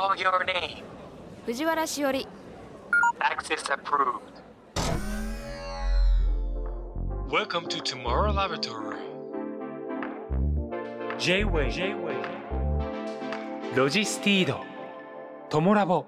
Call your name. 藤原しおり。 Access approved. Welcome to Tomorrow Laboratory. J-Way ロジスティードトモラボ。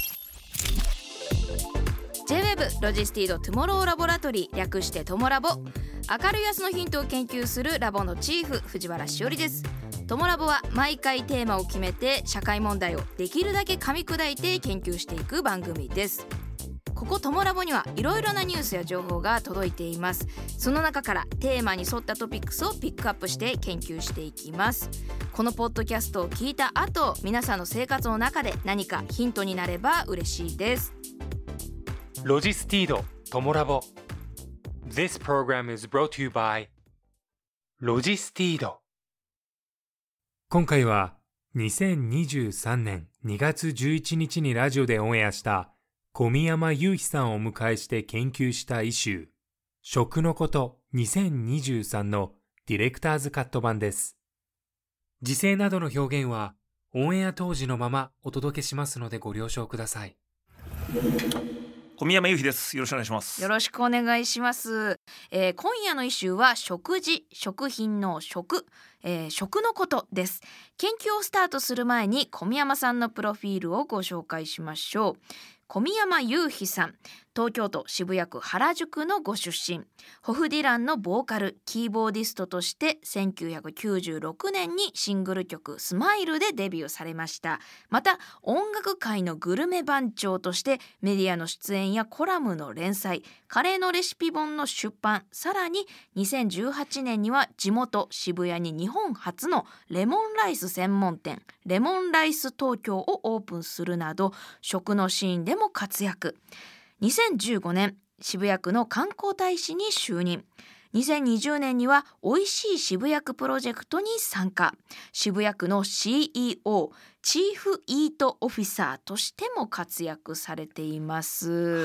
J-Web ロジスティードトゥモローラボラトリー、略してトモラボ。明るい明日のヒントを研究するラボのチーフ、藤原しおりです。トモラボは毎回テーマを決めて社会問題をできるだけ噛み砕いて研究していく番組です。ここトモラボにはいろいろなニュースや情報が届いています。その中からテーマに沿ったトピックスをピックアップして研究していきます。このポッドキャストを聞いた後、皆さんの生活の中で何かヒントになれば嬉しいです。 ロジスティードトモラボ。 This program is brought to you by ロジスティード。今回は2023年2月11日にラジオでオンエアした小宮山雄飛さんをお迎えして研究したイシュー、食のこと2023のディレクターズカット版です。時制などの表現はオンエア当時のままお届けしますのでご了承ください。 小宮山雄飛です。よろしくお願いします。 よろしくお願いします。今夜のイシューは食事、食品の食、食のことです。研究をスタートする前に小宮山さんのプロフィールをご紹介しましょう。小宮山雄飛さん、東京都渋谷区原宿のご出身。ホフディランのボーカル、キーボーディストとして1996年にシングル曲スマイルでデビューされました。また音楽界のグルメ番長としてメディアの出演やコラムの連載、カレーのレシピ本の出版、さらに2018年には地元渋谷に日本初のレモンライス専門店、レモンライス東京をオープンするなど食のシーンでも活躍。2015年渋谷区の観光大使に就任。2020年にはおいしい渋谷区プロジェクトに参加。渋谷区の CEO チーフイートオフィサーとしても活躍されています、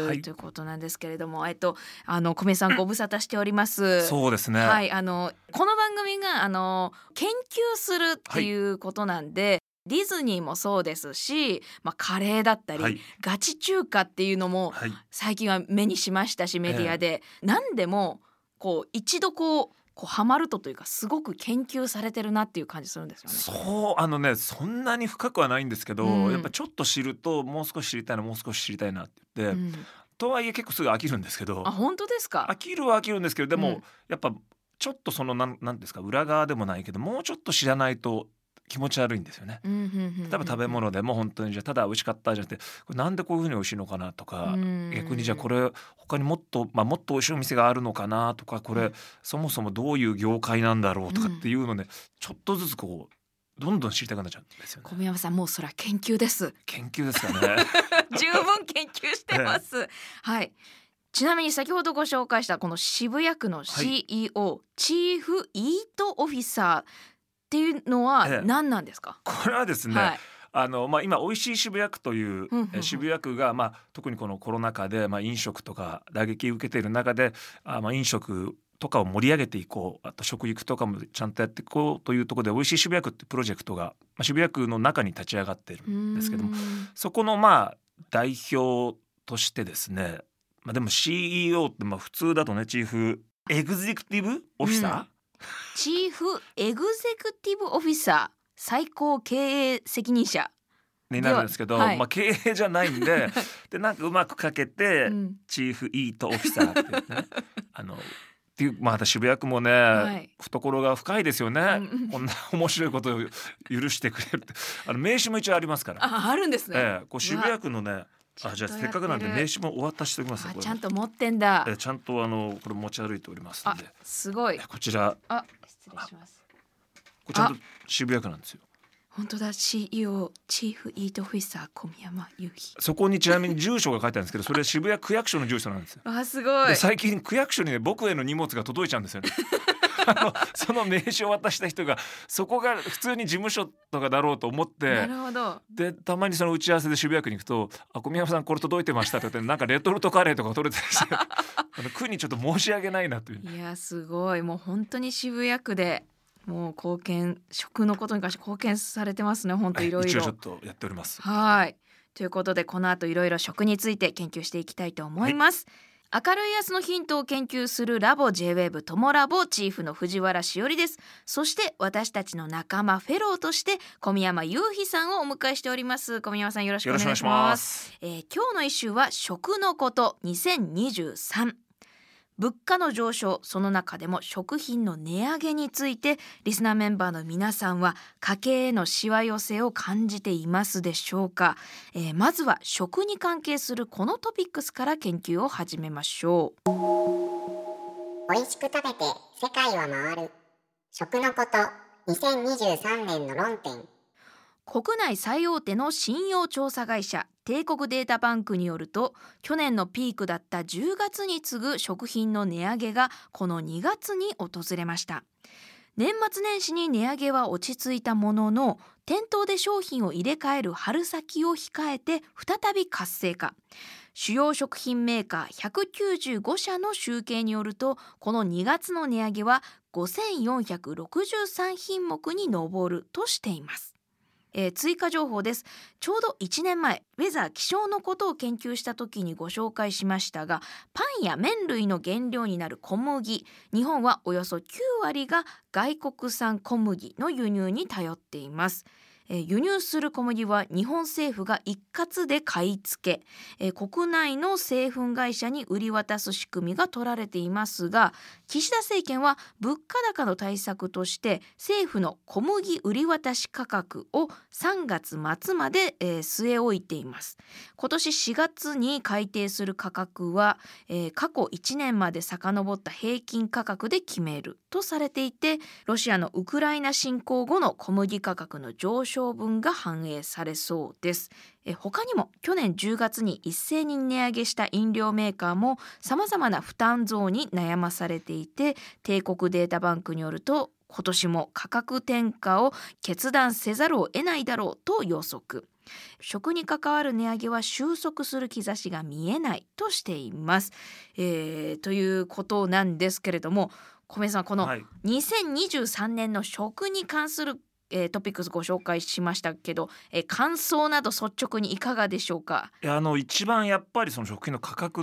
ということなんですけれども、小宮さんご無沙汰しております。 そうですね。 はい、この番組が研究するっていうことなんで、ディズニーもそうですし、カレーだったり、ガチ中華っていうのも最近は目にしましたし、メディアで、何でも一度ハマるというか、すごく研究されてるなっていう感じするんですよね。 そうそんなに深くはないんですけど、やっぱちょっと知るともう少し知りたいなもう少し知りたいなって言って、とはいえ結構すぐ飽きるんですけど。 あ、本当ですか？ 飽きるは飽きるんですけど、でも、やっぱちょっとなんですか、裏側でもないけどもうちょっと知らないと気持ち悪いんですよね。例えば食べ物でも本当にじゃあただ美味しかったじゃなくて、これなんでこういうふうに美味しいのかなとか、逆にじゃあこれ他にもっともっと美味しいお店があるのかなとか、これそもそもどういう業界なんだろうとかっていうので、ちょっとずつどんどん知りたくなっちゃうんですよね。 小宮山さん、もうそれは研究です。 研究ですかね。 十分研究してます、はい。ちなみに先ほどご紹介したこの渋谷区の CEO、チーフイートオフィサーっていうのは何なんですか？ これはですね、今おいしい渋谷区という、渋谷区が、特にこのコロナ禍で、飲食とか打撃を受けている中で、飲食とかを盛り上げていこう、あと食育とかもちゃんとやっていこうというところで、おいしい渋谷区っていうプロジェクトが、渋谷区の中に立ち上がっているんですけども、そこの代表としてですね、でも CEO って普通だとね、チーフエグゼクティブオフィサー、 チーフエグゼクティブオフィサー、最高経営責任者になるんですけど、経営じゃないんででなんかうまくかけて、チーフイートオフィサーっていうねっていう、また渋谷区もね、懐が深いですよね、こんな面白いことを許してくれるって名刺も一応ありますから。 あるんですね、 渋谷区のね、じゃあせっかくなんで名刺もお渡ししておきます。 ちゃんと持ってんだ。 ちゃんとこれ持ち歩いておりますので。 すごい。 こちら。 失礼します。 これちゃんと渋谷区なんですよ。 本当だ。 CEO チーフイートオフィサー小宮山雄飛。 そこにちなみに住所が書いてあるんですけど、それ渋谷区役所の住所なんですよ。 すごい。 最近区役所にね、僕への荷物が届いちゃうんですよね。その名刺を渡した人が、そこが普通に事務所とかだろうと思って、 なるほど。 でたまにその打ち合わせで渋谷区に行くと、小宮山さんこれ届いてましたって言って、なんかレトルトカレーとか取れてるし区にちょっと申し訳ないなという。 いや、すごい。もう本当に渋谷区でもう貢献、食のことに関して貢献されてますね。本当いろいろ。 一応ちょっとやっております。 はい。ということでこの後いろいろ食について研究していきたいと思います。明るい明日のヒントを研究するラボ J-WAVE トモラボチーフの藤原しおりです。そして私たちの仲間フェローとして小宮山雄飛さんをお迎えしております。小宮山さんよろしくお願いします。今日の一週は食のこと2023。物価の上昇、その中でも食品の値上げについてリスナーメンバーの皆さんは家計へのしわ寄せを感じていますでしょうか。まずは食に関係するこのトピックスから研究を始めましょう。 美味しく食べて世界は回る。食のこと2023年の論点。 国内最大手の信用調査会社帝国データバンクによると、去年のピークだった10月に次ぐ食品の値上げがこの2月に訪れました。年末年始に値上げは落ち着いたものの、店頭で商品を入れ替える春先を控えて再び活性化。主要食品メーカー195社の集計によると、この2月の値上げは5463品目に上るとしています。追加情報です。ちょうど1年前、ウェザー気象のことを研究した時にご紹介しましたが、パンや麺類の原料になる小麦、日本はおよそ9割が外国産小麦の輸入に頼っています。輸入する小麦は日本政府が一括で買い付け、国内の製粉会社に売り渡す仕組みが取られていますが、岸田政権は物価高の対策として政府の小麦売り渡し価格を3月末まで、据え置いています。今年4月に改定する価格は、過去1年まで遡った平均価格で決めるとされていて、ロシアのウクライナ侵攻後の小麦価格の上昇分が反映されそうです。他にも去年10月に一斉に値上げした飲料メーカーも様々な負担増に悩まされていて、帝国データバンクによると今年も価格転嫁を決断せざるを得ないだろうと予測。食に関わる値上げは収束する兆しが見えないとしています。ということなんですけれども、小宮さん、この2023年の食に関するトピックスご紹介しましたけど、感想など率直にいかがでしょうか。 一番やっぱりその食品の価格って、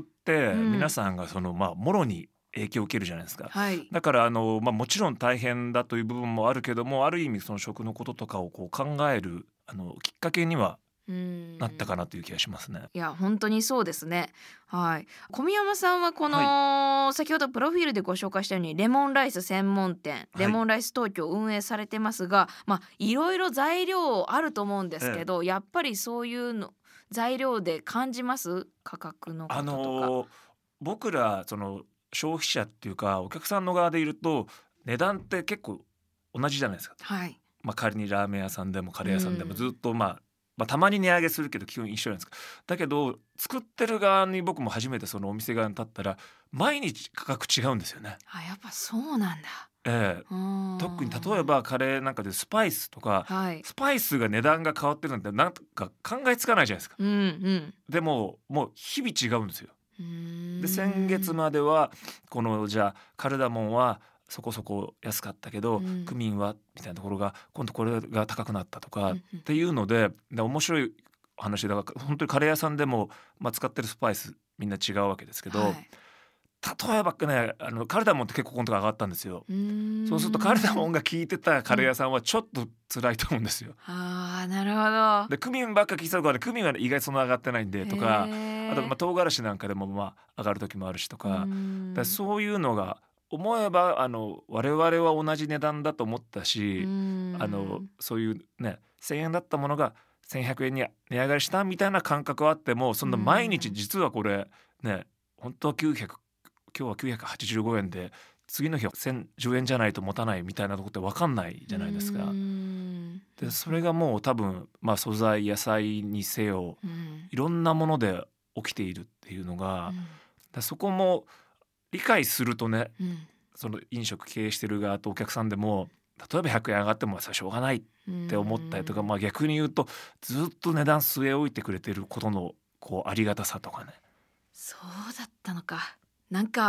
皆さんがもろに影響を受けるじゃないですか。だからもちろん大変だという部分もあるけども、ある意味その食のこととかをこう考えるきっかけにはなったかなという気がしますね。 いや本当にそうですね。はい。小宮山さんはこの、先ほどプロフィールでご紹介したようにレモンライス専門店、レモンライス東京を運営されてますが、いろいろ材料あると思うんですけど、やっぱりそういうの材料で感じます？価格のこととか。 僕らその消費者っていうかお客さんの側でいると、値段って結構同じじゃないですか。仮にラーメン屋さんでもカレー屋さんでもずっとたまに値上げするけど基本一緒なんですか。だけど作ってる側に僕も初めてそのお店側に立ったら毎日価格違うんですよね。 やっぱそうなんだ。 特に例えばカレーなんかでスパイスとか、スパイスが値段が変わってるなんてなんか考えつかないじゃないですか。でももう日々違うんですよ。で先月まではこのじゃあカルダモンはそこそこ安かったけど、クミンはみたいなところが今度これが高くなったとかっていうので、面白い話だから本当にカレー屋さんでも、使ってるスパイスみんな違うわけですけど、例えばねカルダモンって結構今度上がったんですよ。そうするとカルダモンが効いてたカレー屋さんはちょっと辛いと思うんですよ。 なるほど。 でクミンばっか効いてたからクミンは意外とそんな上がってないんでとか、あと唐辛子なんかでも上がる時もあるしとか、そういうのが思えば我々は同じ値段だと思ったし、そういうね1,000円だったものが1,100円に値上がりしたみたいな感覚はあっても、そんな毎日実はこれね本当は今日は985円で次の日は1,010円じゃないと持たないみたいなとこって分かんないじゃないですか。でそれがもう多分素材野菜にせよ、いろんなもので起きているっていうのが、そこも理解するとね、その飲食経営してる側とお客さんでも例えば100円上がってもしょうがないって思ったりとか、逆に言うとずっと値段据え置いてくれてることのありがたさとかね。 そうだったのか。なんか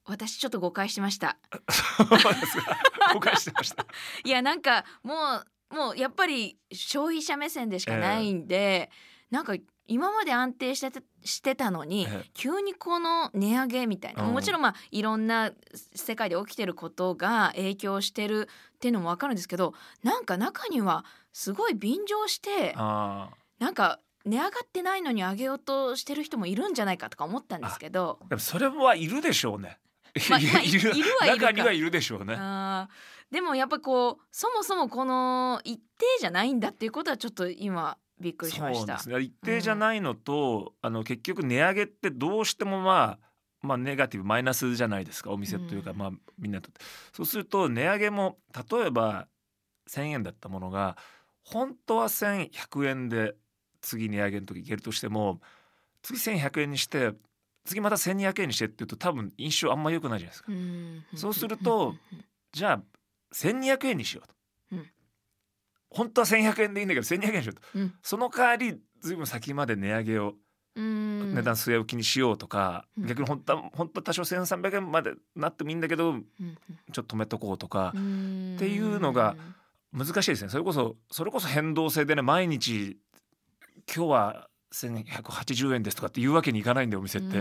私ちょっと誤解しました。 そうですか。誤解してました。 いやなんかもうやっぱり消費者目線でしかないんで、なんか今まで安定してたのに、急にこの値上げみたいな、もちろんいろんな世界で起きてることが影響してるっていうのも分かるんですけど、なんか中にはすごい便乗してなんか値上がってないのに上げようとしてる人もいるんじゃないかとか思ったんですけど、 でもそれはいるでしょうね。 いるはいるか。 中にはいるでしょうね。 でもやっぱこうそもそもこの一定じゃないんだっていうことはちょっと今びっくりしました。 そうですね、一定じゃないのと、結局値上げってどうしてもネガティブマイナスじゃないですか、お店というか、みんなにとって。そうすると値上げも例えば1,000円だったものが本当は1,100円で次値上げの時いけるとしても、次1,100円にして次また1,200円にしてっていうと多分印象あんま良くないじゃないですか。そうするとじゃあ1,200円にしようと、本当は1,100円でいいんだけど1,200円にしようと、その代わりずいぶん先まで値上げを値段据え置きにしようとか、逆に本当は多少1,300円までなってもいいんだけど、ちょっと止めとこうとかっていうのが難しいですね。それこそ変動制でね、毎日今日は1,180円ですとかっていうわけにいかないんで、お店って。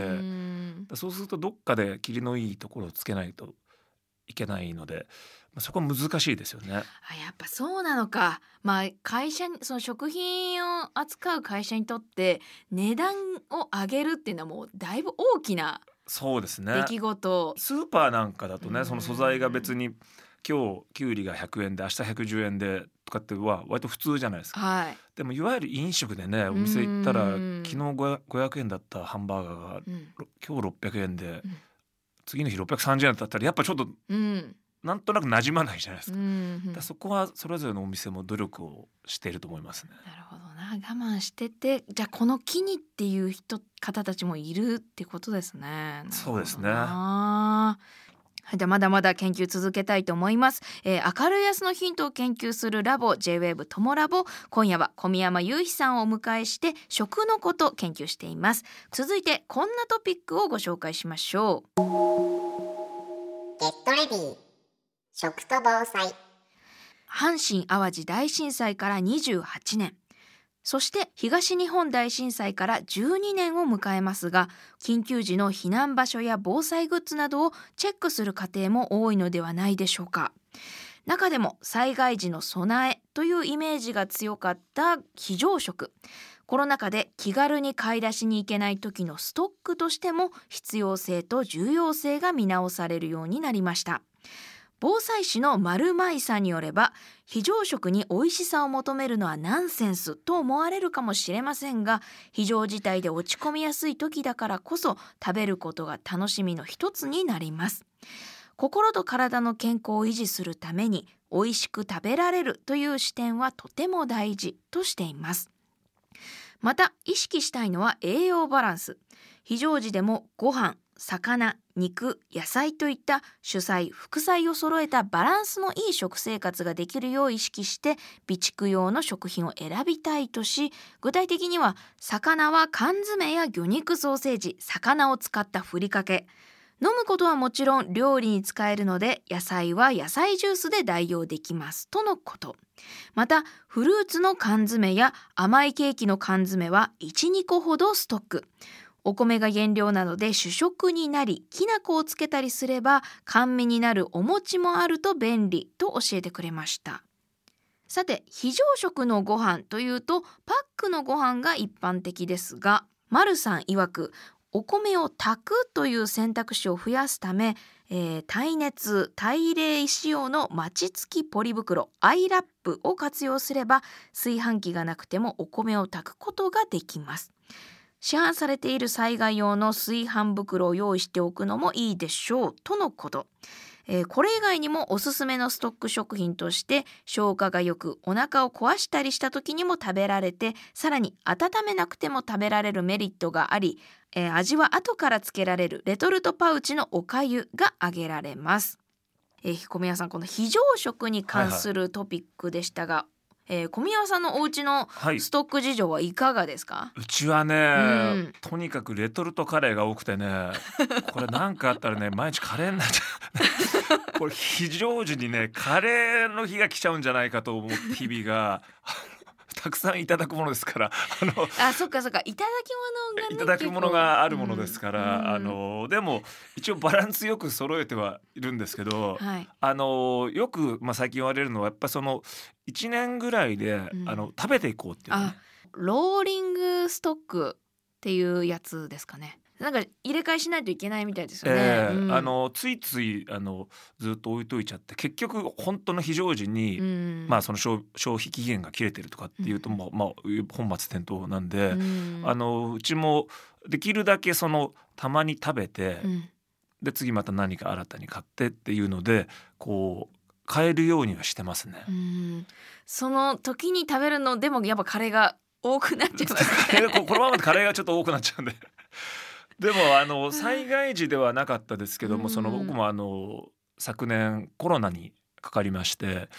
そうするとどっかで切りのいいところをつけないといけないので、そこは難しいですよね。 やっぱそうなのか。会社にその食品を扱う会社にとって値段を上げるっていうのはもうだいぶ大きなそうですね、 出来事。 スーパーなんかだとね、その素材が別に今日きゅうりが100円で明日110円でとかっては割と普通じゃないですか、でもいわゆる飲食でね、お店行ったら昨日500円だったハンバーガーが今日600円で、次の日630円だったらやっぱちょっとなんとなく馴染まないじゃないですか。だそこはそれぞれのお店も努力をしていると思いますね。 なるほどな。我慢してて、じゃあこの機にっていう方たちもいるってことですね。 そうですね。 じゃあまだまだ研究続けたいと思います。明るい明日のヒントを研究するラボ J-WAVE トモラボ、今夜は小宮山雄飛さんをお迎えして食のこと研究しています。続いてこんなトピックをご紹介しましょう。 ゲットレディー、食と防災。 阪神・淡路大震災から28年、そして東日本大震災から12年を迎えますが、緊急時の避難場所や防災グッズなどをチェックする家庭も多いのではないでしょうか。中でも災害時の備えというイメージが強かった非常食、コロナ禍で気軽に買い出しに行けない時のストックとしても必要性と重要性が見直されるようになりました。防災士の丸舞さんによれば、非常食に美味しさを求めるのはナンセンスと思われるかもしれませんが、非常事態で落ち込みやすい時だからこそ食べることが楽しみの一つになります。心と体の健康を維持するために美味しく食べられるという視点はとても大事としています。また意識したいのは栄養バランス。非常時でもご飯、魚、肉、野菜といった主菜・副菜を揃えたバランスのいい食生活ができるよう意識して備蓄用の食品を選びたいとし、具体的には魚は缶詰や魚肉ソーセージ、魚を使ったふりかけ、飲むことはもちろん料理に使えるので野菜は野菜ジュースで代用できますとのこと。またフルーツの缶詰や甘いケーキの缶詰は 1,2 個ほどストック。お米が原料なので主食になり、きな粉をつけたりすれば甘味になるお餅もあると便利と教えてくれました。さて、非常食のご飯というとパックのご飯が一般的ですが、丸さん曰くお米を炊くという選択肢を増やすため、耐熱・耐冷仕様の餅つきポリ袋アイラップを活用すれば炊飯器がなくてもお米を炊くことができます。市販されている災害用の炊飯袋を用意しておくのもいいでしょうとのこと。これ以外にもおすすめのストック食品として消化がよくお腹を壊したりした時にも食べられて、さらに温めなくても食べられるメリットがあり、味は後からつけられるレトルトパウチのおかゆが挙げられます。小宮さん、この非常食に関するトピックでしたが、 小宮山さんのお家のはいストック事情はいかがですか？ うちはね、 うんとにかくレトルトカレーが多くてねこれなんかあったらね毎日カレーになっちゃうこれ非常時にねカレーの日が来ちゃうんじゃないかと思って日々がたくさんいただくものですからあ、そっかそっか、いただき物がね、 いただくものがあるものですから、 うんでも一応バランスよく揃えてはいるんですけど、 はいよく、最近言われるのはやっぱその1年ぐらいで、 ん食べていこうっていうのね。 ローリングストックっていうやつですかね。なんか入れ替えしないといけないみたいですよね。 ついついずっと置いといちゃって結局本当の非常時に、その消費期限が切れてるとかっていうと、本末転倒なんで、うちもできるだけそのたまに食べて、で次また何か新たに買ってっていうのでこう変えるようにはしてますね。 その時に食べるのでもやっぱカレーが多くなっちゃいますね。 このままでカレーがちょっと多くなっちゃうんででも災害時ではなかったですけども、僕も昨年コロナにかかりまして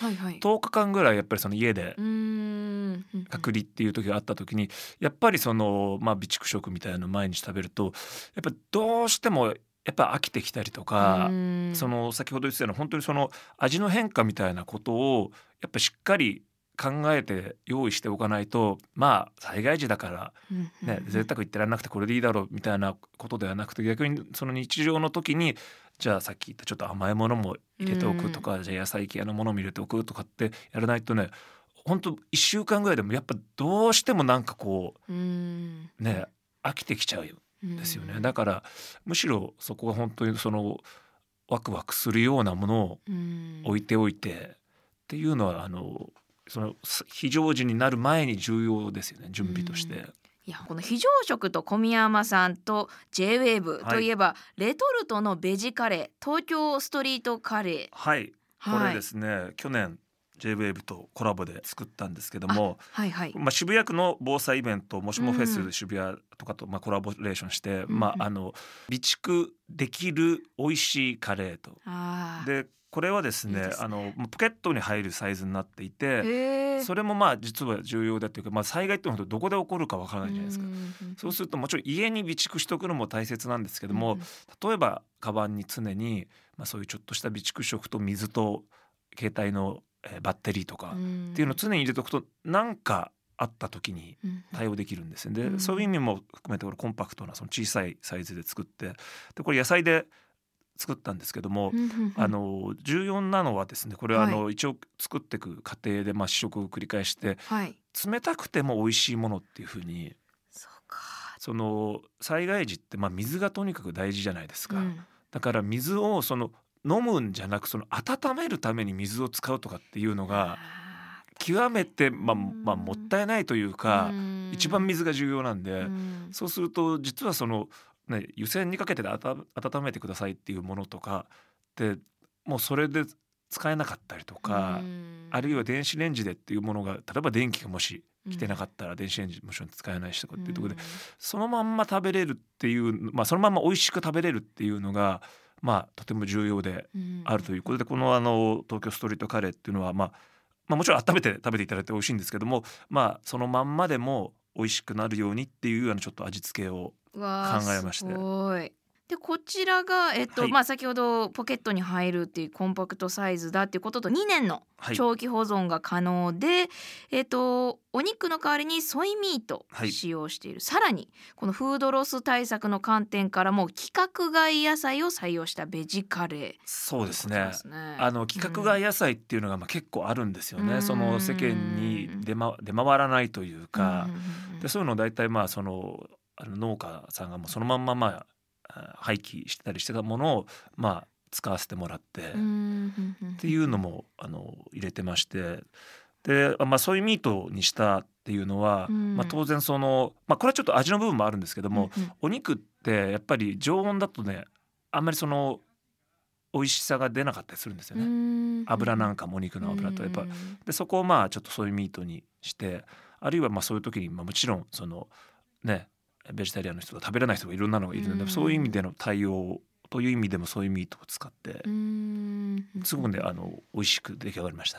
、10日間ぐらいやっぱりその家で隔離っていう時があった時にやっぱりその、備蓄食みたいなのを毎日食べるとやっぱどうしてもやっぱ飽きてきたりとか、その先ほど言ってたような本当にその味の変化みたいなことをやっぱしっかり考えて用意しておかないと、災害時だからね、贅沢言ってらんなくてこれでいいだろうみたいなことではなくて、逆にその日常の時にじゃあさっき言ったちょっと甘いものも入れておくとか、じゃあ野菜系のものも入れておくとかってやらないとね、本当1週間ぐらいでもやっぱどうしてもなんかこうね飽きてきちゃうんですよね。だからむしろそこが本当にそのワクワクするようなものを置いておいてっていうのはその非常時になる前に重要ですよね、準備として。 いや、この非常食と小宮山さんと J-WAVE といえば、レトルトのベジカレー、東京ストリートカレー、 これですね、去年 J-WAVE とコラボで作ったんですけども、渋谷区の防災イベントもしもフェス渋谷とかとコラボレーションして、備蓄できる美味しいカレーと。でこれはですね、ポケットに入るサイズになっていて、それも実は重要だっていうか、災害ってのはどこで起こるかわからないじゃないですか。そうするともちろん家に備蓄しておくのも大切なんですけども、例えばカバンに常に、そういうちょっとした備蓄食と水と携帯のバッテリーとかっていうのを常に入れておくと、なんかあった時に対応できるんですよ。でそういう意味も含めてこれコンパクトなその小さいサイズで作って、でこれ野菜で作ったんですけども、重要なのはですね、これは一応作っていく過程で試食を繰り返して、冷たくても美味しいものっていう風に、その災害時って水がとにかく大事じゃないですか。だから水をその飲むんじゃなく、その温めるために水を使うとかっていうのが極めてもったいないというか、一番水が重要なんで、そうすると実はその湯煎にかけて温めてくださいっていうものとかでもうそれで使えなかったりとか、あるいは電子レンジでっていうものが、例えば電気がもし来てなかったら電子レンジもちろん使えないしとかっていうところで、そのまんま食べれるっていう、そのまま美味しく食べれるっていうのがとても重要であるということで、この東京ストリートカレーっていうのはもちろん温めて食べていただいて美味しいんですけども、そのまんまでも美味しくなるようにっていうようなちょっと味付けを考えまして。 すごい。でこちらが、先ほどポケットに入るっていうコンパクトサイズだっていうことと、2年の長期保存が可能で、お肉の代わりにソイミート使用している、さらにこのフードロス対策の観点からも規格外野菜を採用したベジカレー。 そうですね、規格外野菜っていうのが結構あるんですよね。その世間に出回らないというか、でそういうのを大体その農家さんがもうそのまんま廃棄してたりしてたものを使わせてもらってっていうのも入れてまして、で、ソイミートにしたっていうのは、当然その、これはちょっと味の部分もあるんですけども、お肉ってやっぱり常温だとね、あんまりその美味しさが出なかったりするんですよね。油なんかもお肉の油とやっぱで、そこをちょっとソイミートにして、あるいはそういう時にもちろんそのねベジタリアンの人が食べれない人がいろんなのがいるので、そういう意味での対応という意味でもソイミートを使ってすごくね美味しく出来上がりましたね。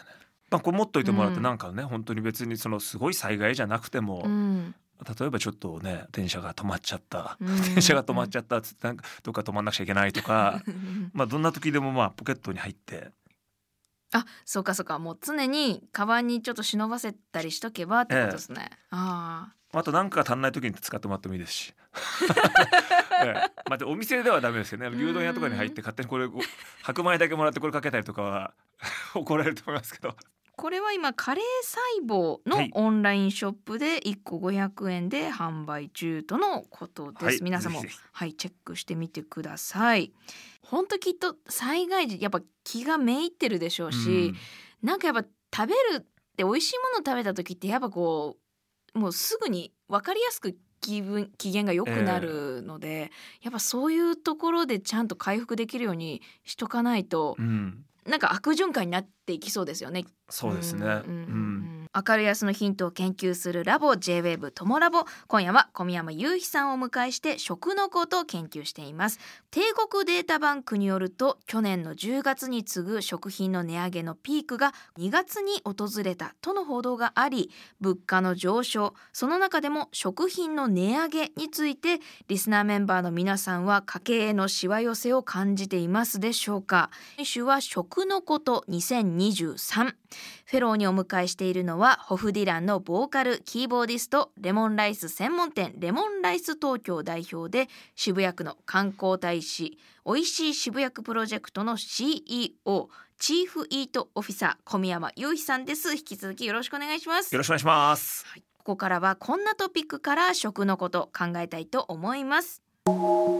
これ持っといてもらって、 うんなんかね本当に別にそのすごい災害じゃなくても、例えばちょっとね電車が止まっちゃった、電車が止まっちゃったっつってなんかどっか止まんなくちゃいけないとかどんな時でもポケットに入って、 あ、そうかそうか、もう常にカバンにちょっと忍ばせたりしとけばってことですね。あとなんか足んない時に使ってもらってもいいですしお店ではダメですよね。牛丼屋とかに入って勝手にこれ白米だけもらってこれかけたりとかは怒られると思いますけど、 これは今カレー細胞のはいオンラインショップで1個500円で販売中とのことです、 はい皆さんもぜひぜひはいチェックしてみてください。本当きっと災害時やっぱ気がめいってるでしょうし、なんかやっぱ食べるって美味しいもの食べた時ってやっぱこうもうすぐに分かりやすく機嫌が良くなるので、やっぱそういうところでちゃんと回復できるようにしとかないと、なんか悪循環になっていきそうですよね。 そうですね。 明るい明日のヒントを研究するラボ J-WAVE トモラボ、今夜は小宮山雄飛さんをお迎えして食のことを研究しています。帝国データバンクによると、去年の10月に次ぐ食品の値上げのピークが2月に訪れたとの報道があり、物価の上昇、その中でも食品の値上げについてリスナーメンバーの皆さんは家計へのしわ寄せを感じていますでしょうか。今週は食のこと2023、フェローにお迎えしているのはホフディランのボーカルキーボーディスト、レモンライス専門店レモンライス東京代表で渋谷区の観光大使おいしい渋谷区プロジェクトの CEO チーフイートオフィサー小宮山雄飛さんです。引き続きよろしくお願いします。 よろしくお願いします。 はい、ここからはこんなトピックから食のこと考えたいと思います。 フ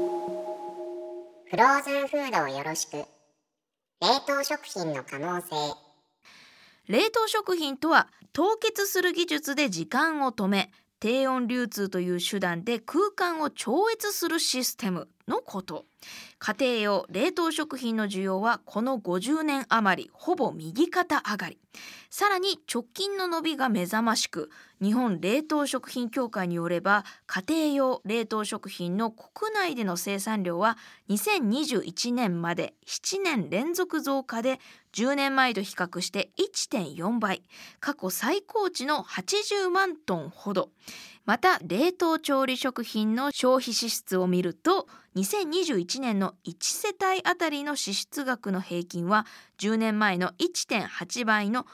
ローズンフードをよろしく。冷凍食品の可能性。 冷凍食品とは凍結する技術で時間を止め、低温流通という手段で空間を超越するシステムのこと。家庭用冷凍食品の需要はこの50年余りほぼ右肩上がり。さらに直近の伸びが目覚ましく、日本冷凍食品協会によれば家庭用冷凍食品の国内での生産量は2021年まで7年連続増加で、10年前と比較して 1.4 倍、過去最高値の80万トンほど。また冷凍調理食品の消費支出を見ると、2021年の1世帯あたりの支出額の平均は10年前の 1.8 倍の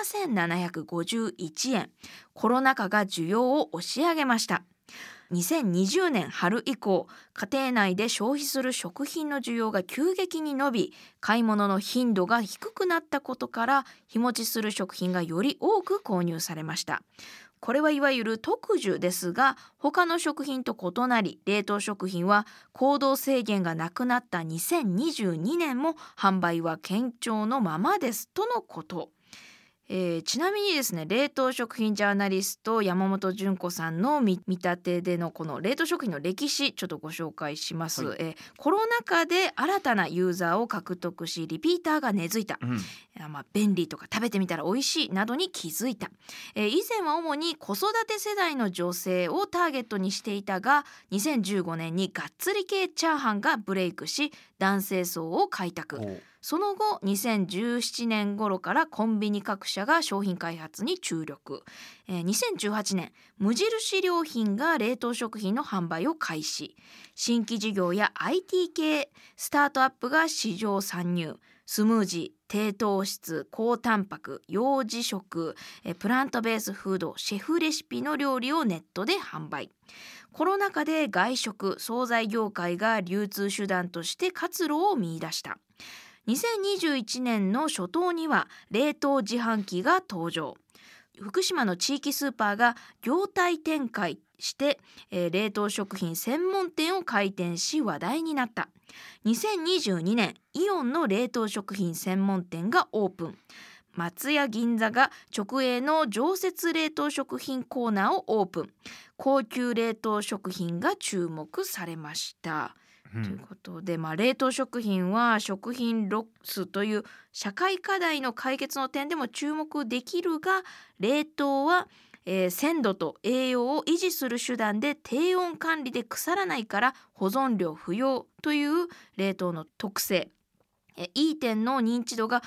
7751円。コロナ禍が需要を押し上げました。2020年春以降、家庭内で消費する食品の需要が急激に伸び、買い物の頻度が低くなったことから日持ちする食品がより多く購入されました。これはいわゆる特需ですが、他の食品と異なり、冷凍食品は行動制限がなくなった2022年も販売は堅調のままですとのこと。ちなみにですね、冷凍食品ジャーナリスト山本純子さんの見立てでのこの冷凍食品の歴史、ちょっとご紹介します。コロナ禍で新たなユーザーを獲得し、リピーターが根付いた、便利とか食べてみたら美味しいなどに気づいた。以前は主に子育て世代の女性をターゲットにしていたが、2015年にがっつり系チャーハンがブレイクし、男性層を開拓。その後2017年頃からコンビニ各社が商品開発に注力。2018年無印良品が冷凍食品の販売を開始。新規事業や IT 系スタートアップが市場参入。スムージー、低糖質、高タンパク、幼児食、プラントベースフード、シェフレシピの料理をネットで販売。コロナ禍で外食・惣菜業界が流通手段として活路を見出した。2021年の初頭には冷凍自販機が登場。福島の地域スーパーが業態展開して、冷凍食品専門店を開店し話題になった。2022年イオンの冷凍食品専門店がオープン。松屋銀座が直営の常設冷凍食品コーナーをオープン。高級冷凍食品が注目されました。ということで、冷凍食品は食品ロスという社会課題の解決の点でも注目できるが、冷凍は、鮮度と栄養を維持する手段で低温管理で腐らないから保存料不要という冷凍の特性。 E 店の認知度が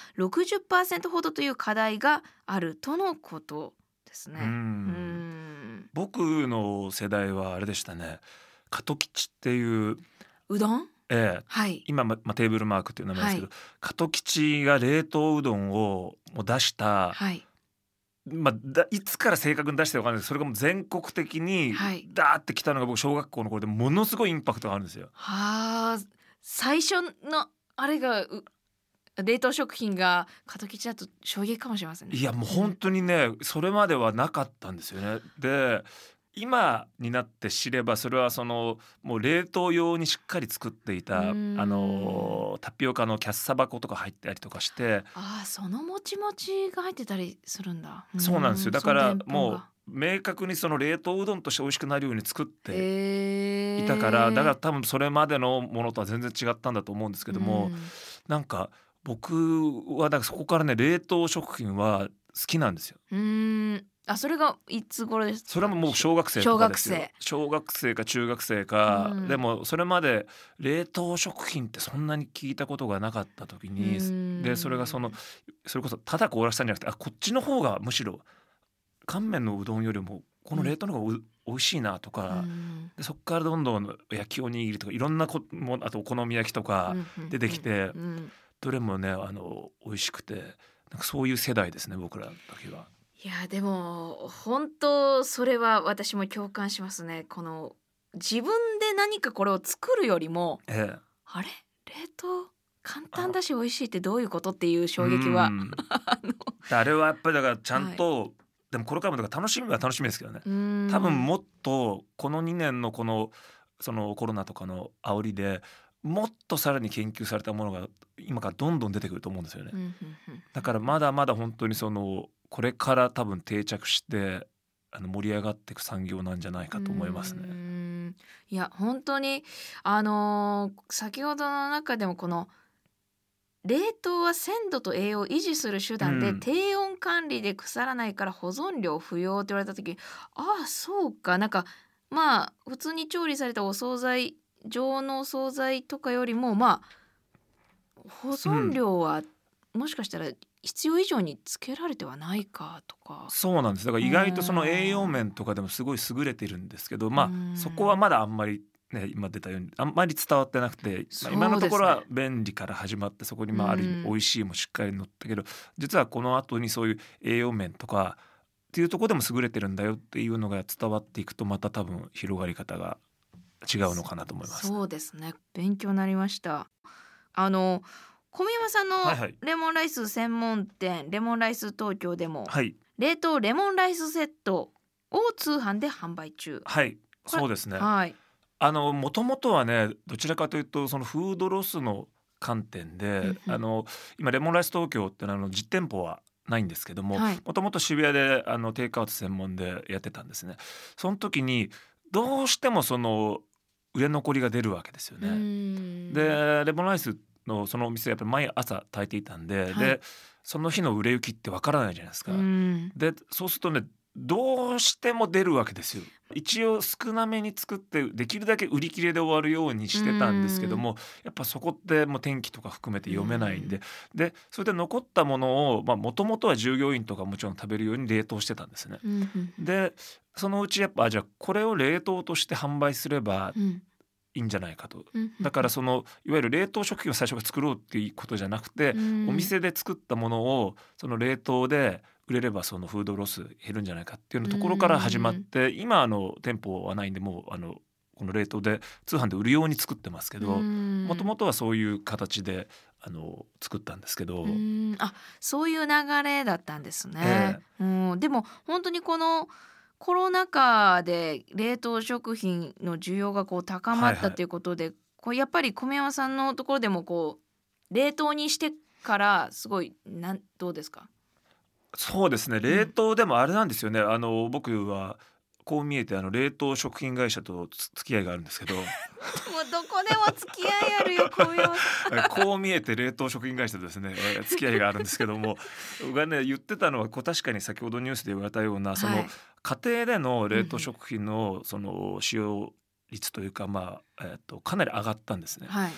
60% ほどという課題があるとのことですね。 僕の世代はあれでしたね。加藤吉っていう、 うどん、はい、 今、テーブルマークっていう名前ですけど、加藤吉が冷凍うどんをもう出した、 はい、 いつから正確に出してるか分かんないですけど、それがもう全国的にダーってきたのが僕小学校の頃でものすごいインパクトがあるんですよ。 はあ、最初のあれが冷凍食品が加藤吉だと衝撃かもしれませんね。 いやもう本当にね、それまではなかったんですよね。で今になって知ればそれはもう冷凍用にしっかり作っていたタピオカのキャッサバ粉とか入ったりとかして、 そのもちもちが入ってたりするんだ。 そうなんですよ。だからもう明確にその冷凍うどんとして美味しくなるように作っていたから、だから多分それまでのものとは全然違ったんだと思うんですけども、なんか僕はだからそこからね冷凍食品は好きなんですよ。 それがいつ頃ですか？ それももう小学生とかですよ。小学生か中学生か、でもそれまで冷凍食品ってそんなに聞いたことがなかった時に、でそれがそれこそただ凍らせたんじゃなくて、こっちの方がむしろ乾麺のうどんよりもこの冷凍の方が美味しいなとか、でそこからどんどん焼きおにぎりとかいろんなあとお好み焼きとか出てきて、どれもね美味しくて、なんかそういう世代ですね僕らの時は。 いやでも本当それは私も共感しますね。この自分で何かこれを作るよりも、あれ冷凍簡単だし美味しいってどういうことっていう衝撃はあれはやっぱりだからちゃんと、でもこれからもだから楽しみは楽しみですけどね。多分もっとこの2年のそのコロナとかの煽りでもっとさらに研究されたものが今からどんどん出てくると思うんですよね。だからまだまだ本当にこれから多分定着して盛り上がっていく産業なんじゃないかと思いますね。 いや本当に先ほどの中でもこの冷凍は鮮度と栄養を維持する手段で、低温管理で腐らないから保存料不要って言われた時、そうか、なんか普通に調理されたお惣菜、常温のお惣菜とかよりも保存料はもしかしたら必要以上につけられてはないかとか。 そうなんです。だから意外とその栄養面とかでもすごい優れてるんですけど、そこはまだあんまりね、今出たようにあんまり伝わってなくて、今のところは便利から始まってそこにある意味美味しいもしっかり乗ったけど、実はこの後にそういう栄養面とかっていうところでも優れてるんだよっていうのが伝わっていくと、また多分広がり方が違うのかなと思います。 そうですね、勉強になりました。小宮山さんのレモンライス専門店、レモンライス東京でも、冷凍レモンライスセットを通販で販売中。 そうですね。もともとはね、どちらかというとそのフードロスの観点で、今レモンライス東京って実店舗はないんですけども、もともと渋谷でテイクアウト専門でやってたんですね。その時にどうしても売れ残りが出るわけですよね。でレモンライスのそのお店やっぱり毎朝炊いていたんで、でその日の売れ行きってわからないじゃないですか。でそうするとね、どうしても出るわけですよ。一応少なめに作ってできるだけ売り切れで終わるようにしてたんですけども、やっぱそこってもう天気とか含めて読めないんで、でそれで残ったものをもともとは従業員とかもちろん食べるように冷凍してたんですね。でそのうちやっぱじゃあこれを冷凍として販売すればいいんじゃないかと。だからいわゆる冷凍食品を最初から作ろうっていうことじゃなくて、お店で作ったものをその冷凍で売れればそのフードロス減るんじゃないかっていうところから始まって、今店舗はないんでもうこの冷凍で通販で売るように作ってますけど、もともとはそういう形で作ったんですけど、 そういう流れだったんですね。でも本当にこのコロナ禍で冷凍食品の需要が高まったということで、やっぱり小宮山さんのところでも冷凍にしてからすごいどうですか？ そうですね、冷凍でもあれなんですよね。僕はこう見えて冷凍食品会社と付き合いがあるんですけどもうどこでも付き合いあるよ小宮山さんこう見えて冷凍食品会社とですね、付き合いがあるんですけども僕がね言ってたのは確かに先ほどニュースで言われたような家庭での冷凍食品の使用率というか、かなり上がったんですね。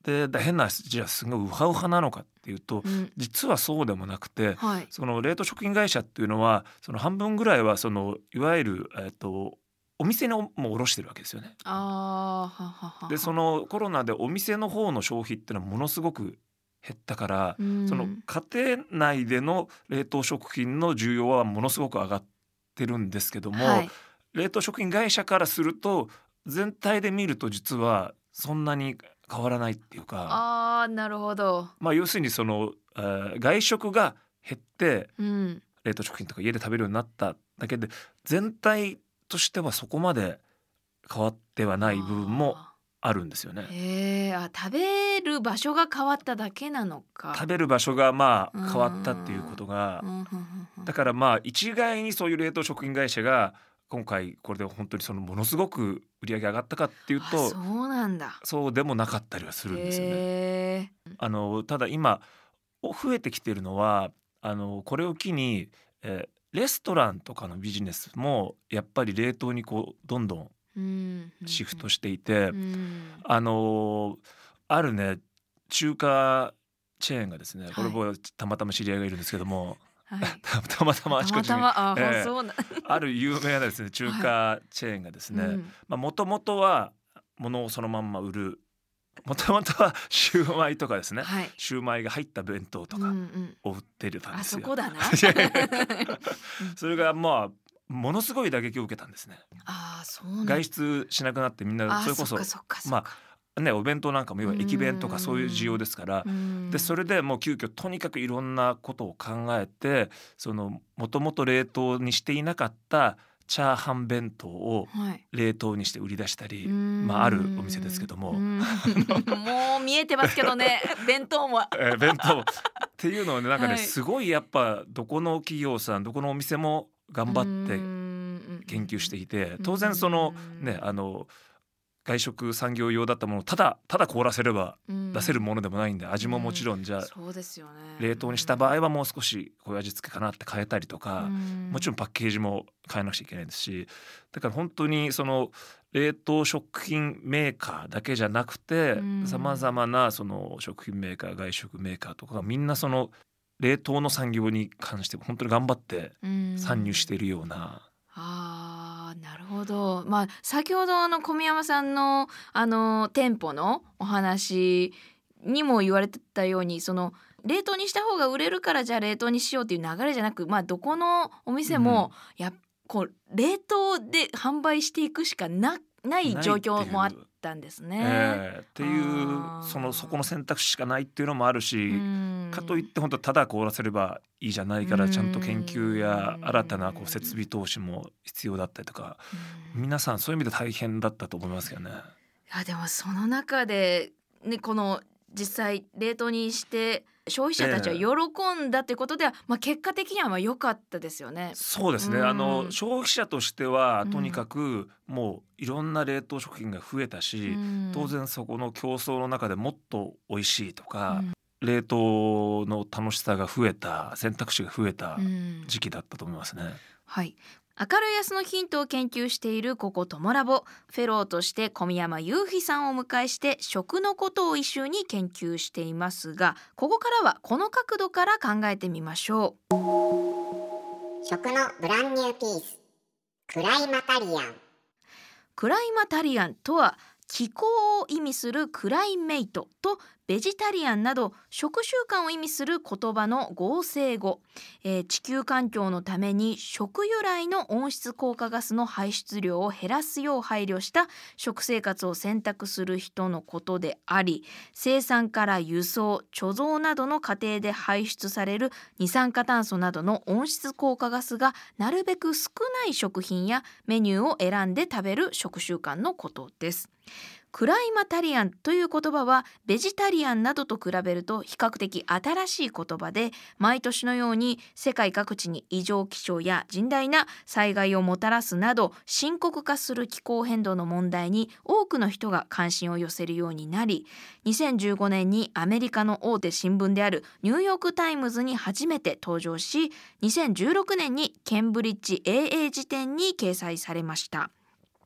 で変な話、じゃあすごいウハウハなのかっていうと、実はそうでもなくて、 はい、 その冷凍食品会社っていうのはその半分ぐらいはそのいわゆる、お店にもう卸してるわけですよね。 あーははは。 でそのコロナでお店の方の消費っていうのはものすごく減ったから、その家庭内での冷凍食品の需要はものすごく上がってるんですけども、 はい、 冷凍食品会社からすると全体で見ると実はそんなに変わらないっていうか、 あーなるほど、 要するにその、外食が減ってうん冷凍食品とか家で食べるようになっただけで全体としてはそこまで変わってはない部分もあるんですよね。 食べる場所が変わっただけなのか。 食べる場所が変わったっていうことが、だから一概にそういう冷凍食品会社が今回これで本当にそのものすごく売り上げ上がったかっていうと、 そうなんだ。 そうでもなかったりはするんですよね。ただ今増えてきているのはこれを機に、レストランとかのビジネスもやっぱり冷凍にこうどんどんシフトしていて、あるね中華チェーンがですね、これもたまたま知り合いがいるんですけども、 はい、 たまたまあちこちにそうある有名なですね中華チェーンがですね、もともとは物をそのまんま売る、もともとはシューマイとかですね、シューマイが入った弁当とかを売ってるたんですよ。 あそこだなそれがものすごい打撃を受けたんですね。 そうなんだ。 外出しなくなってみんなそれこそお弁当なんかも要は駅弁とかそういう需要ですから、でそれでもう急遽とにかくいろんなことを考えて、そのもともと冷凍にしていなかったチャーハン弁当を冷凍にして売り出したり、あるお店ですけども、 もう見えてますけどね弁当も弁当っていうのをね、なんかね、すごいやっぱどこの企業さんどこのお店も頑張って研究していて、当然そのね外食産業用だったものをただ凍らせれば出せるものでもないんで、味ももちろんじゃあそうですよね、 冷凍にした場合はもう少しこういう味付けかなって変えたりとか、もちろんパッケージも変えなくちゃいけないですし、だから本当にその冷凍食品メーカーだけじゃなくてさまざまなその食品メーカー外食メーカーとかがみんなその冷凍の産業に関して本当に頑張って参入しているような。 なるほど。先ほど小宮山さんの店舗のお話にも言われてたように、その冷凍にした方が売れるからじゃあ冷凍にしようっていう流れじゃなく、どこのお店もこう冷凍で販売していくしかない状況もあったんですね。 っていうそこの選択肢しかないっていうのもあるし、かといって本当ただ凍らせればいいじゃないから、ちゃんと研究や新たな設備投資も必要だったりとか、皆さんそういう意味で大変だったと思いますけどね。 でもその中で、この実際冷凍にして消費者たちは喜んだということでは、結果的には良かったですよね。 そうですね、消費者としてはとにかくもういろんな冷凍食品が増えたし、当然そこの競争の中でもっと美味しいとか、冷凍の楽しさが増えた、選択肢が増えた時期だったと思いますね。 はい。明るい明日のヒントを研究しているここトモラボ、フェローとして小宮山雄飛さんをお迎えして食のことをイシューに研究していますが、ここからはこの角度から考えてみましょう。 食のブランニューピース、クライマタリアン。 クライマタリアンとは気候を意味するクライメイトとベジタリアンなど食習慣を意味する言葉の合成語、地球環境のために食由来の温室効果ガスの排出量を減らすよう配慮した食生活を選択する人のことであり、生産から輸送、貯蔵などの過程で排出される二酸化炭素などの温室効果ガスがなるべく少ない食品やメニューを選んで食べる食習慣のことです。クライマタリアンという言葉はベジタリアンなどと比べると比較的新しい言葉で、毎年のように世界各地に異常気象や甚大な災害をもたらすなど深刻化する気候変動の問題に多くの人が関心を寄せるようになり、2015年にアメリカの大手新聞であるニューヨークタイムズに初めて登場し、2016年にケンブリッジ AA 辞典に掲載されました。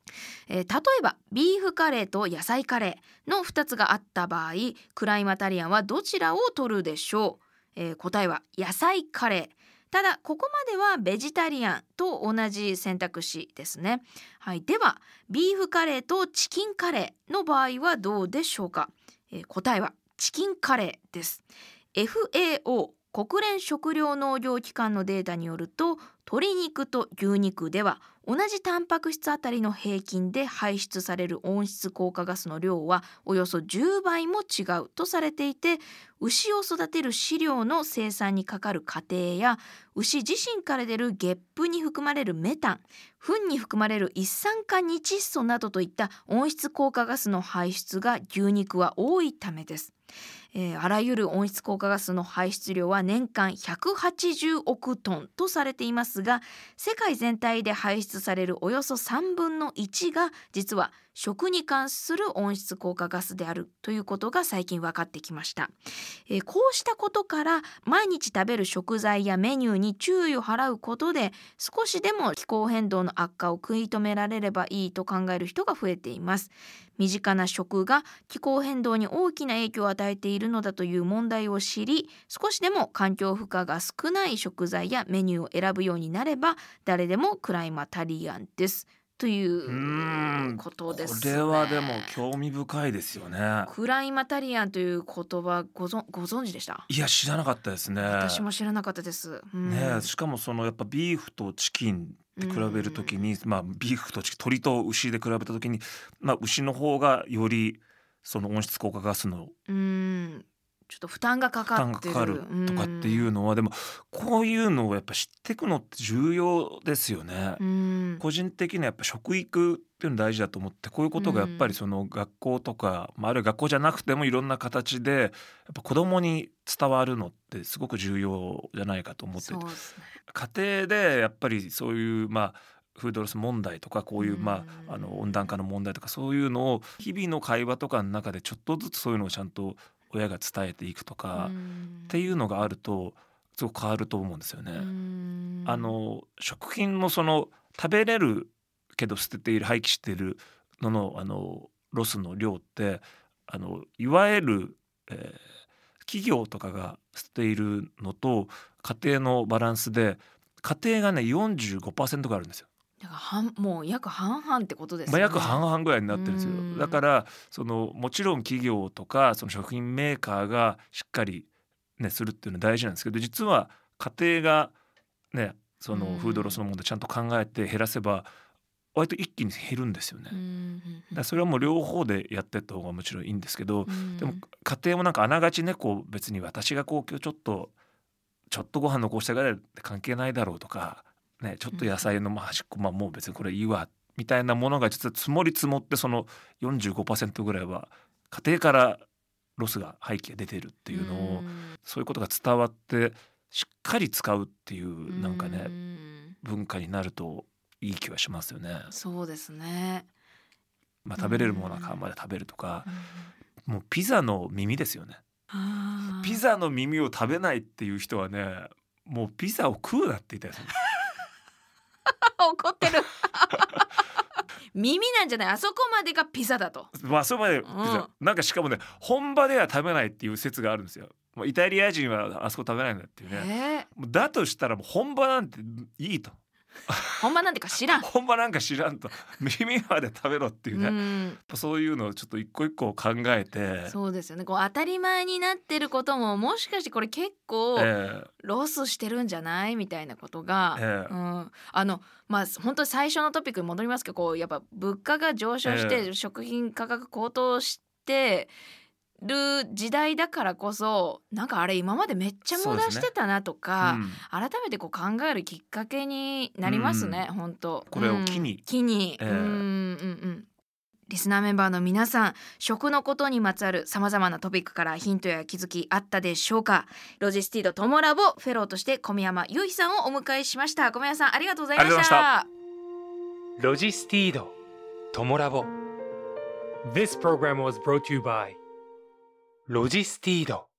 例えばビーフカレーと野菜カレーの2つがあった場合、クライマタリアンはどちらを取るでしょう？答えは野菜カレー。ただここまではベジタリアンと同じ選択肢ですね。はい、ではビーフカレーとチキンカレーの場合はどうでしょうか？答えはチキンカレーです。 FAO 国連食糧農業機関のデータによると、鶏肉と牛肉では同じタンパク質あたりの平均で排出される温室効果ガスの量はおよそ10倍も違うとされていて、牛を育てる飼料の生産にかかる過程や牛自身から出るゲップに含まれるメタン、糞に含まれる一酸化二窒素などといった温室効果ガスの排出が牛肉は多いためです。あらゆる温室効果ガスの排出量は年間180億トンとされていますが、世界全体で排出されるおよそ3分の1が実は食に関する温室効果ガスであるということが最近分かってきました。こうしたことから毎日食べる食材やメニューに注意を払うことで少しでも気候変動の悪化を食い止められればいいと考える人が増えています。身近な食が気候変動に大きな影響を与えているのだという問題を知り、少しでも環境負荷が少ない食材やメニューを選ぶようになれば誰でもクライマタリアンですということですね。 これはでも興味深いですよね。 クライマタリアンという言葉ご存知でした？ いや知らなかったですね。 私も知らなかったです、 ね、しかもそのやっぱビーフとチキンって比べるときに、ビーフとチキン、鶏と牛で比べたときに、牛の方がよりその温室効果ガスのちょっと負担がかかってるとかっていうのは、でもこういうのをやっぱ知っていくのって重要ですよね。個人的にはやっぱ食育っていうの大事だと思って、こういうことがやっぱりその学校とか、あるいは学校じゃなくてもいろんな形でやっぱ子どもに伝わるのってすごく重要じゃないかと思って、 そうですね。 家庭でやっぱりそういうフードロス問題とか、こういう温暖化の問題とか、そういうのを日々の会話とかの中でちょっとずつそういうのをちゃんと親が伝えていくとかっていうのがあるとすごく変わると思うんですよね。食品のその食べれるけど捨てている、廃棄しているののロスの量っていわゆる、企業とかが捨てているのと家庭のバランスで、家庭がね 45% があるんですよ。 だからもう約半々ってことですね。 約半々ぐらいになってるんですよ。だからもちろん企業とかその食品メーカーがしっかり、するっていうのは大事なんですけど、実は家庭がそのフードロスの問題ちゃんと考えて減らせば割と一気に減るんですよね。だからそれはもう両方でやっていった方がもちろんいいんですけど、でも家庭もあながち別に私が今日ちょっとご飯残したぐらいで関係ないだろうとか、ちょっと野菜の端っこ、もう別にこれいいわみたいなものが実は積もり積もって、その 45% ぐらいは家庭からロスが廃棄が出てるっていうのを、そういうことが伝わってしっかり使うっていう文化になるといい気はしますよね。 そうですね。 食べれるものは皮まで食べるとか、もうピザの耳ですよね。ピザの耳を食べないっていう人はね、もうピザを食うなって言ったやつ怒ってる耳なんじゃない、あそこまでがピザだと。 あそこまでピザ、しかもね、本場では食べないっていう説があるんですよ。もうイタリア人はあそこ食べないんだっていうね。だとしたらもう本場なんていいと本場なんてか知らん本場なんか知らんと、耳まで食べろっていうね、そういうのをちょっと一個一個考えて。 そうですよね。当たり前になってることも、もしかしてこれ結構ロスしてるんじゃないみたいなことが、本当に最初のトピックに戻りますけど、やっぱ物価が上昇して食品価格高騰してる時代だからこそ、あれ今までめっちゃ無駄してたなとか、改めて考えるきっかけになりますね。本当これを機に、 リスナーメンバーの皆さん、食のことにまつわるさまざまなトピックからヒントや気づきあったでしょうか？ロジスティードトモラボフェローとして小宮山雄飛さんをお迎えしました。小宮山さん、ありがとうございました。 ロジスティードトモラボ This program was brought to you by ロジスティード。